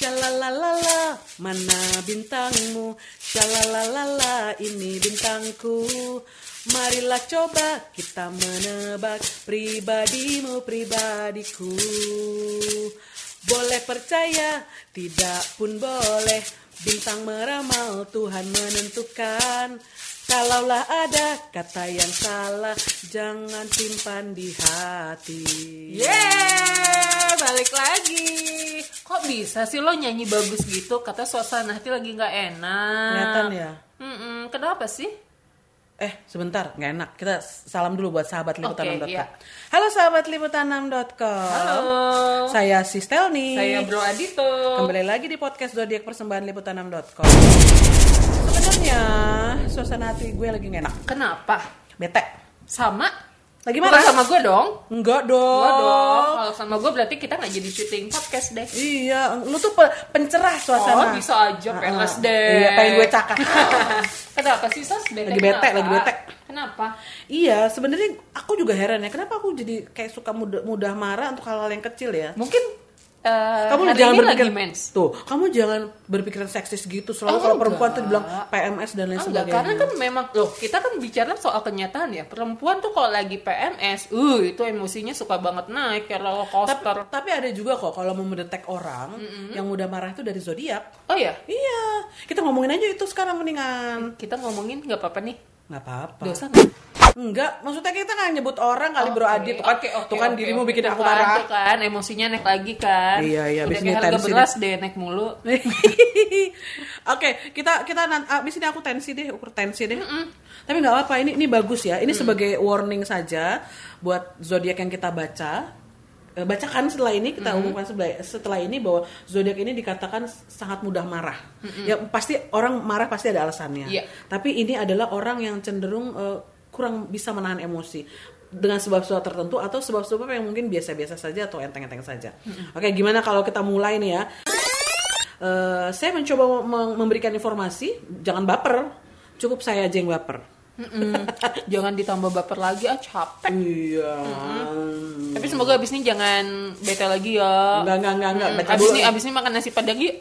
Shalalalala, mana bintangmu? Shalalalala, ini bintangku. Marilah coba kita menebak pribadimu, pribadiku. Boleh percaya, tidak pun boleh. Bintang meramal, Tuhan menentukan. Kalaulah ada kata yang salah, jangan simpan di hati. Yeay, balik lagi. Kok bisa sih lo nyanyi bagus gitu? Kata suasana hati lagi gak enak. Kelihatan ya? Kenapa sih? Sebentar, nggak enak. Kita salam dulu buat sahabat liputan6.com. Iya. Halo sahabat liputan6.com. Halo. Saya Sistelni. Saya Bro Adito. Kembali lagi di podcast Zodiak persembahan liputan6.com. Sebenarnya suasana hati gue lagi nggak enak. Kenapa? Bete. Sama? Lagi Bukan marah? sama gue dong? Enggak dong. Enggak dong. Kalau sama gue berarti kita gak jadi syuting podcast deh. Iya, lu tuh pencerah suasana. Oh, bisa aja PNS deh. Iya, pengen gue cakap. Kenapa sih, Sos? Lagi bete. Kenapa? Iya, sebenarnya aku juga heran ya. Kenapa aku jadi kayak suka mudah marah untuk hal-hal yang kecil ya? Mungkin Kamu hari jangan ini berpikir lagi mens. Tuh, kamu jangan berpikiran seksis gitu. Selalu kalau enggak. perempuan tuh dibilang PMS dan lain Enggak, sebagainya. karena kan memang loh, kita kan bicara soal kenyataan ya. Perempuan tuh kalau lagi PMS, itu emosinya suka banget naik kayak roller coaster. Tapi ada juga kok kalau mau mendetek orang yang mudah marah itu dari zodiak. Oh ya, Iya, kita ngomongin aja itu sekarang mendingan. kita ngomongin nggak apa-apa nih. Nggak apa-apa. Dosa nggak? Enggak, maksudnya kita nggak nyebut orang kali Bro Adit. Tuh kan dirimu bikin aku Tuh kan, marah. tuh kan, emosinya naik lagi kan. Iya, Udah abis kayak ini harga tensi beras deh naik mulu. Oke, kita nanti abis ini aku ukur tensi deh. Tapi nggak apa-apa, ini bagus ya. Ini sebagai warning saja buat zodiak yang kita baca. Bacakan setelah ini kita umumkan setelah ini bahwa zodiak ini dikatakan sangat mudah marah. Ya pasti orang marah pasti ada alasannya. Iya. Tapi ini adalah orang yang cenderung kurang bisa menahan emosi dengan sebab-sebab tertentu atau sebab-sebab yang mungkin biasa-biasa saja atau enteng-enteng saja. Oke, gimana kalau kita mulai nih ya? Saya mencoba memberikan informasi, jangan baper. Cukup saya aja yang baper. Jangan ditambah baper lagi, capek. Iya. Tapi semoga abis ini jangan bete lagi ya. Enggak. Baca Abis dulu. ini makan nasi padang yuk.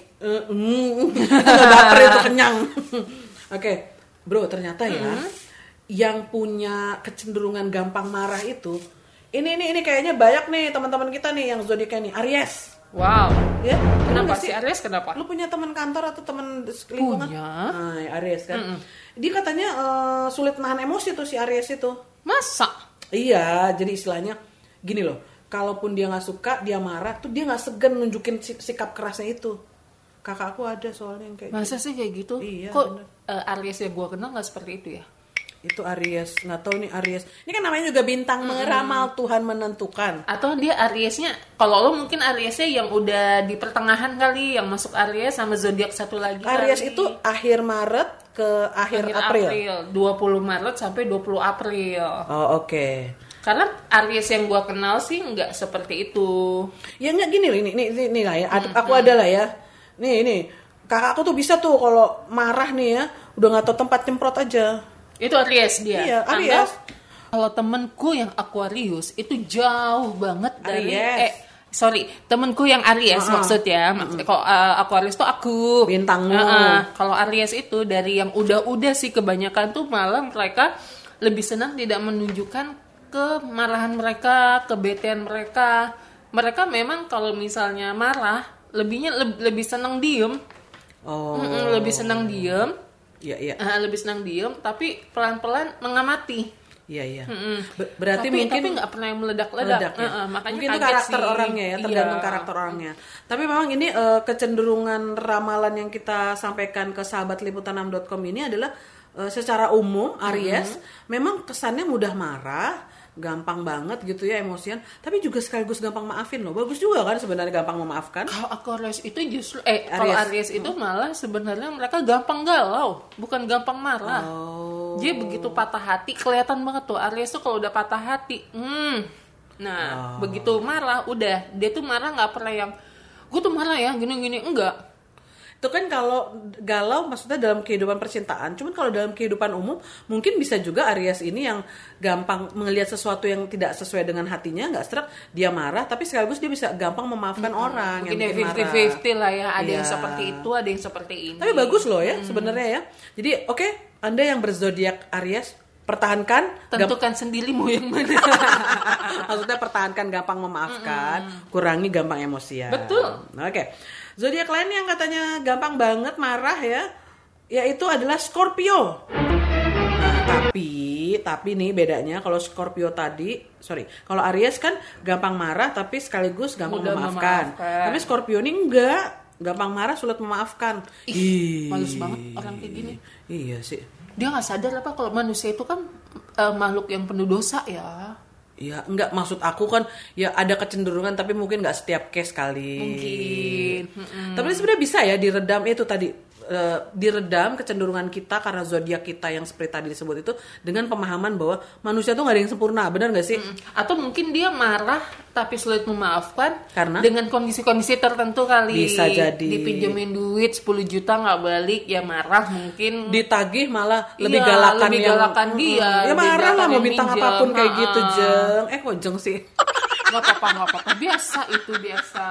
Nggak baper itu kenyang. Oke, Bro, ternyata ya yang punya kecenderungan gampang marah itu ini kayaknya banyak nih teman-teman kita nih yang zodiaknya nih Aries. Wow. Ya, Kenapa nggak sih Aries? Kenapa? Lu punya teman kantor atau teman lingkungan? Punya. Nah, Aries kan. Dia katanya sulit nahan emosi tuh si Aries itu. Masa? Iya, jadi istilahnya gini loh. Kalaupun dia nggak suka, dia marah tuh dia nggak segan nunjukin sikap kerasnya itu. Kakakku ada soalnya yang kayak Masa gitu. sih kayak gitu? Iya, Kok Aries yang gue kenal nggak seperti itu ya? Itu Aries, nggak tahu nih Aries. Ini kan namanya juga bintang meramal, Tuhan menentukan. Atau dia Ariesnya, kalau lo mungkin Ariesnya yang udah di pertengahan kali, yang masuk Aries sama zodiak satu lagi. Aries kali. itu akhir Maret ke akhir April. 20 Maret sampai 20 April. Oh, oke. Karena Aries yang gua kenal sih nggak seperti itu. Ya nggak gini loh, ini lah ya. Aku ada lah ya. Nih, kakakku tuh bisa tuh kalau marah nih ya, udah nggak tahu tempat nyemprot aja. Itu Aries dia. Iya, Aries. Kalau temenku yang Aquarius itu jauh banget dari temenku yang Aries maksudnya. Kalau Aquarius tuh aku Bintangmu. Kalau Aries itu dari yang udah sih kebanyakan tuh malah mereka lebih senang tidak menunjukkan kemarahan mereka, kebetean mereka. Mereka memang kalau misalnya marah lebih senang diem. Oh. Lebih senang diem. Iya. Lebih senang diem, tapi pelan-pelan mengamati. Iya. Berarti Tapi mungkin nggak pernah yang meledak-ledak. ya. Makanya mungkin itu kaget karakter sih. orangnya ya, tergantung Iya. karakter orangnya. Tapi memang ini kecenderungan ramalan yang kita sampaikan ke sahabat liputan6.com ini adalah secara umum Aries memang kesannya mudah marah, gampang banget gitu ya emosian, tapi juga sekaligus gampang maafin loh. Bagus juga kan sebenarnya gampang memaafkan. Kalau Aquarius itu justru kalau Aries itu malah sebenarnya mereka gampang galau, bukan gampang marah. Dia begitu patah hati, kelihatan banget tuh Aries tuh kalau udah patah hati. Nah, begitu marah udah, dia tuh marah nggak pernah yang gue tuh marah ya gini-gini, enggak. Itu kan kalau galau maksudnya dalam kehidupan percintaan. Cuman kalau dalam kehidupan umum mungkin bisa juga Aries ini yang gampang melihat sesuatu yang tidak sesuai dengan hatinya, nggak sreg, dia marah, tapi sekaligus dia bisa gampang memaafkan orang Mungkin yang bikin marah. 50-50 lah ya. Ada yang Iya. seperti itu, ada yang seperti ini. Tapi bagus loh ya sebenarnya ya. Jadi oke, Anda yang berzodiak Aries, pertahankan. Tentukan sendiri mau yang mana. Maksudnya pertahankan gampang memaafkan, kurangi gampang emosian. Betul. Oke. Zodiak lain yang katanya gampang banget marah ya, yaitu adalah Scorpio. Nah, tapi nih bedanya kalau Scorpio tadi, kalau Aries kan gampang marah tapi sekaligus gampang Mudah memaafkan. memaafkan. Tapi Scorpio ini enggak, gampang marah sulit memaafkan. Males banget orang kayak gini. Iya sih. Dia nggak sadar apa kalau manusia itu kan makhluk yang penuh dosa ya. Ya enggak, maksud aku kan ya ada kecenderungan tapi mungkin nggak setiap case kali. Mungkin. Tapi sebenarnya bisa ya diredam itu tadi, diredam kecenderungan kita karena zodiak kita yang seperti tadi disebut itu dengan pemahaman bahwa manusia tuh nggak ada yang sempurna, benar nggak sih? Atau mungkin dia marah tapi sulit memaafkan Karena? dengan kondisi-kondisi tertentu kali. Bisa jadi. Dipinjemin duit 10 juta nggak balik, ya marah mungkin. Ditagih malah lebih Iya, galakan lebih yang galakan dia, ya lebih marah lah galakan mau yang bintang minjem. apapun kayak gitu Ha-ha. Jeng. Kok Jeng sih? Nggak apa-apa. Biasa itu, biasa.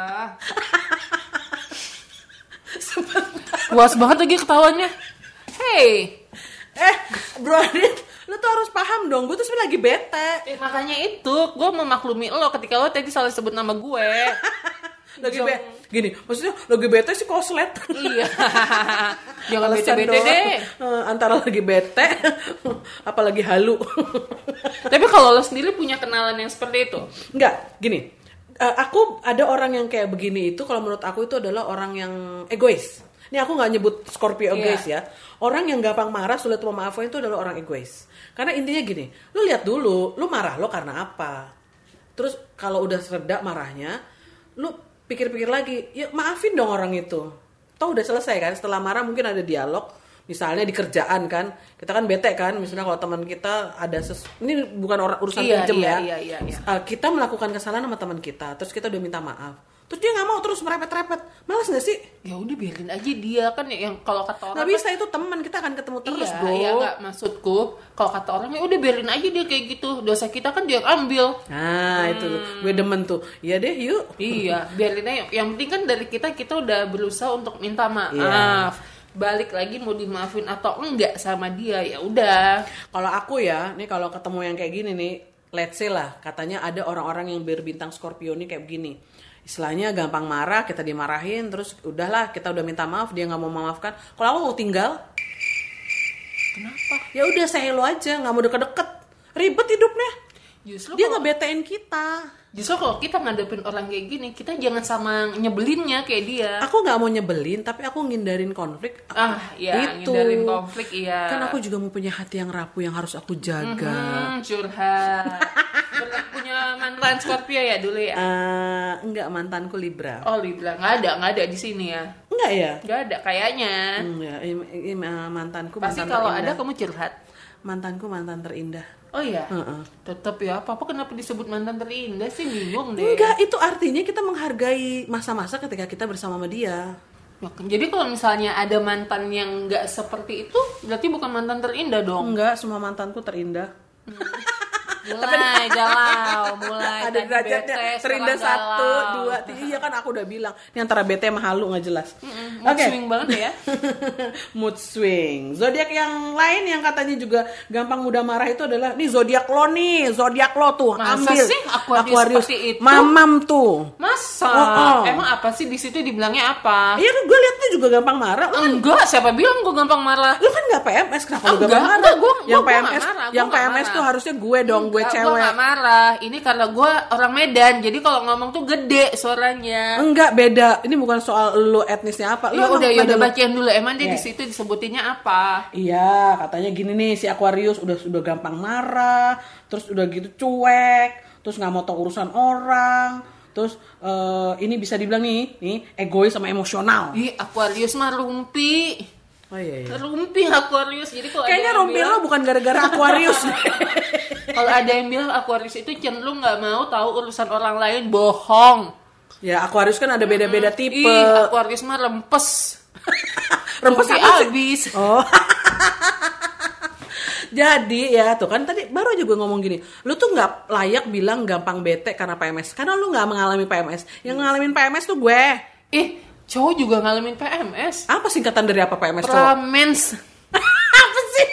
Puas banget lagi ketawanya. Hey, Bro Adit, lu tuh harus paham dong, gue tuh sebenarnya lagi bete. makanya itu gue memaklumi lo ketika lo tadi salah sebut nama gue. Lagi bete. Gini, maksudnya lagi bete sih koslet. Iya. Jangan Alasan bete-bete doang. deh. Antara lagi bete, apalagi halu. Tapi kalau lo sendiri punya kenalan yang seperti itu? Enggak, gini. Aku ada orang yang kayak begini itu, kalau menurut aku itu adalah orang yang egois. Ini aku nggak nyebut Scorpio egois ya. Orang yang gampang marah, sulit memaafkan itu adalah orang egois. Karena intinya gini, lu lihat dulu, lu marah lo karena apa? Terus kalau udah reda marahnya, lu pikir-pikir lagi, ya maafin dong orang itu. Toh udah selesai kan, setelah marah mungkin ada dialog. Misalnya di kerjaan kan, kita kan bete kan, misalnya kalau teman kita ada ini bukan urusan pinjem ya. Iya. Kita melakukan kesalahan sama teman kita, terus kita udah minta maaf, terus dia nggak mau, terus merepet-repet, malas nggak sih? Ya udah biarin aja dia kan yang kalau kata orang Nggak bisa, itu teman, kita akan ketemu terus bro. Iya nggak, maksudku kalau kata orang ya udah biarin aja dia kayak gitu, dosa kita kan dia ambil. Nah itu gue demen tuh, iya deh yuk. Iya, biarin aja. Yang penting kan dari kita udah berusaha untuk minta maaf. Iya. Balik lagi mau dimaafin atau enggak sama dia, ya udah. Kalau aku ya, nih kalau ketemu yang kayak gini nih, let's say lah, katanya ada orang-orang yang berbintang Scorpio nih kayak begini. Istilahnya gampang marah, kita dimarahin, terus udahlah kita udah minta maaf, dia nggak mau memaafkan. Kalau aku mau tinggal, Kenapa? ya udah say hello aja, nggak mau deket-deket, ribet hidupnya. Justru Dia kalau, ngebetain kita. justru kalau kita ngadepin orang kayak gini, kita jangan sama nyebelinnya kayak dia. Aku nggak mau nyebelin, tapi aku ngindarin konflik. Ngindarin konflik, iya. Kan aku juga mau punya hati yang rapuh yang harus aku jaga. Curhat. Pernah punya mantan Scorpio ya dulu ya? Enggak, mantanku Libra. Oh Libra, nggak ada di sini ya? Enggak ya? Nggak ada kayaknya. Enggak, mantanku Pasti mantan kalau terindah. ada kamu curhat. Mantanku mantan terindah. Oh iya, Heeh. tetap ya. Papa kenapa disebut mantan terindah sih, bingung deh. Enggak, itu artinya kita menghargai masa-masa ketika kita bersama sama dia. Ya kan, jadi kalau misalnya ada mantan yang nggak seperti itu, berarti bukan mantan terindah dong. Enggak, semua mantanku terindah. Mulai galau, mulai Ada tadi derajatnya, bete, terindah sekarang 1, galau. 2, 3. Iya kan aku udah bilang. Ini antara bete sama halu nggak jelas. Mood swing banget ya. Mood swing. Zodiak yang lain yang katanya juga gampang mudah marah itu adalah nih zodiak lo nih, zodiak lo tuh. Masa ambil. sih Aquarius seperti itu? Mamam tuh. Masa? Oh. Emang apa sih di situ dibilangnya apa? Iya kan gue liatnya juga gampang marah. Enggak, siapa bilang gue gampang marah? Lu kan nggak PMS, kenapa lu Enggak, gampang marah? enggak, gua yang nggak PMS, marah, gua yang nggak PMS marah. tuh harusnya gue dong, gue Enggak, cewek. Gue gak marah. Ini karena gue orang Medan, jadi kalau ngomong tuh gede suaranya. Enggak, beda. Ini bukan soal lu etnisnya apa. Lu Ya emang udah pada lu- bacain dulu. Emang dia Ya. di situ disebutinnya apa? Iya, katanya gini nih, si Aquarius udah gampang marah, terus udah gitu cuek, terus nggak mau tahu urusan orang, terus ini bisa dibilang nih egois sama emosional. Ih, Aquarius mah rumpi. Oh iya. Rumpi Aquarius. Jadi kalau Kayaknya ada yang rompi bilang, lo bukan gara-gara Aquarius. kalau ada yang bilang Aquarius itu cenderung nggak mau tahu urusan orang lain, bohong. Ya, Aquarius kan ada beda-beda tipe. Aquarius mah rempes. Rempes Sampai apa sih? habis. Oh. Jadi ya tuh kan tadi baru aja gue ngomong gini, lu tuh nggak layak bilang gampang bete karena PMS, karena lu nggak mengalami PMS. Yang ngalamin PMS tuh gue. Cowok juga ngalamin PMS. Apa singkatan dari apa PMS cowok? Pramens. Apa sih?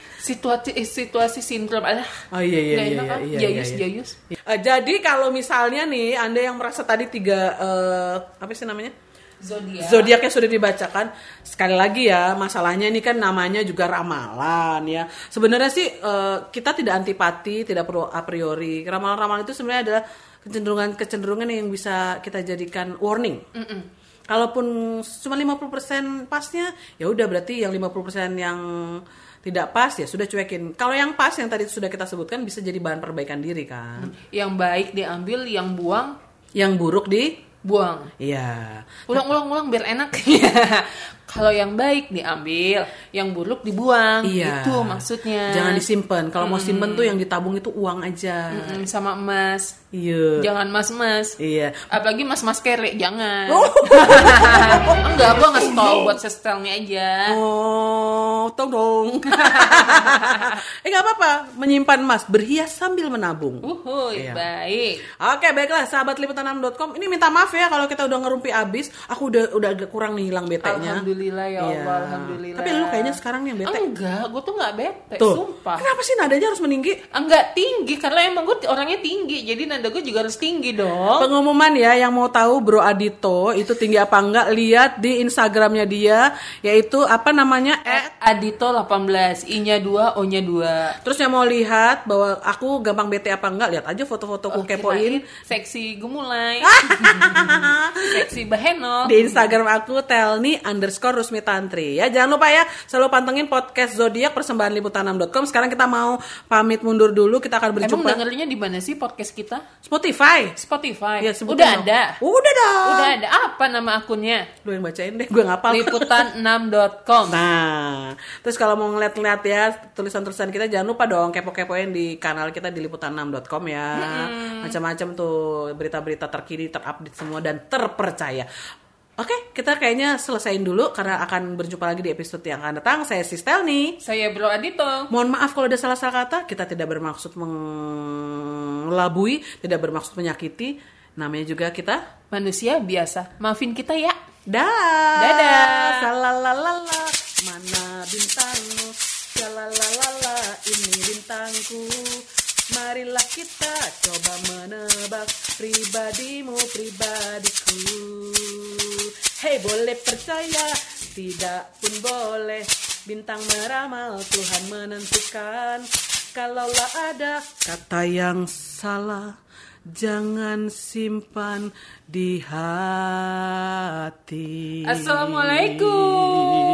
Situasi sindrom. Oh iya. Jayus. Jadi kalau misalnya nih Anda yang merasa tadi 3 apa sih namanya? Zodiaknya sudah dibacakan. Sekali lagi ya, masalahnya ini kan namanya juga ramalan ya. Sebenarnya sih kita tidak antipati, tidak perlu a priori. Ramalan-ramalan itu sebenarnya adalah kecenderungan yang bisa kita jadikan warning. Kalaupun cuma 50% pasnya, ya udah berarti yang 50% yang tidak pas ya sudah cuekin. Kalau yang pas yang tadi sudah kita sebutkan bisa jadi bahan perbaikan diri kan. Yang baik diambil, yang buang, yang buruk buang. Iya. Ulang biar enak. Kalau yang baik diambil, yang buruk dibuang. Iya. Itu maksudnya. Jangan disimpan. Kalau mau simpen tuh yang ditabung itu uang aja. Sama emas. Iya. Jangan mas-mas. Iya. Apalagi mas-mas kere, jangan. Oh. Enggak, gua ngasih tau buat sestelnya aja. Oh, tolong. Nggak apa-apa. Menyimpan emas, berhias sambil menabung. Iya. Baik. Oke, baiklah sahabat liputan6.com. Ini minta maaf ya kalau kita udah ngerumpi abis. Aku udah agak kurang nih hilang betenya. Alhamdulillah ya Allah, alhamdulillah. Tapi lu kayaknya sekarang nih yang bete. Enggak, gue tuh nggak bete, tuh. Sumpah. Kenapa sih nadanya harus meninggi? Enggak tinggi, karena emang gue orangnya tinggi. Jadi nada gue juga harus tinggi dong. Pengumuman ya, yang mau tahu Bro Adito itu tinggi apa enggak, lihat di Instagramnya dia, yaitu apa namanya? Adito 18, I-nya 2, O-nya 2. Terus yang mau lihat bahwa aku gampang bete apa enggak, lihat aja foto-fotoku kepoin. Seksi gemulai. Seksi bahenol. Di Instagram aku telni_rusmitantri ya. Jangan lupa ya, selalu pantengin podcast Zodiak persembahan liputan6.com. Sekarang kita mau pamit mundur dulu, kita akan berjumpa. Emang dengernya di mana sih podcast kita? Spotify. Ya, udah ada. Udah dong. Udah ada. Apa nama akunnya? Lu yang bacain deh, gue ngapal. Liputan6.com. Nah, terus kalau mau ngeliat-ngeliat ya tulisan-tulisan kita, jangan lupa dong kepo-kepoin di kanal kita di liputan6.com ya. Macam-macam tuh berita-berita terkini, terupdate semua dan terpercaya. Oke, kita kayaknya selesain dulu karena akan berjumpa lagi di episode yang akan datang. Saya Sistel nih. Saya Bro Adito. Mohon maaf kalau ada salah-salah kata. Kita tidak bermaksud mengelabui, tidak bermaksud menyakiti. Namanya juga kita manusia biasa. Maafin kita ya. Dadah. Salalalala. Mana bintangmu? Salalalala. Ini bintangku. Marilah kita coba menebak pribadimu, pribadiku. Hei, boleh percaya, tidak pun boleh. Bintang meramal, Tuhan menentukan. Kalaulah ada kata yang salah, jangan simpan di hati. Assalamualaikum.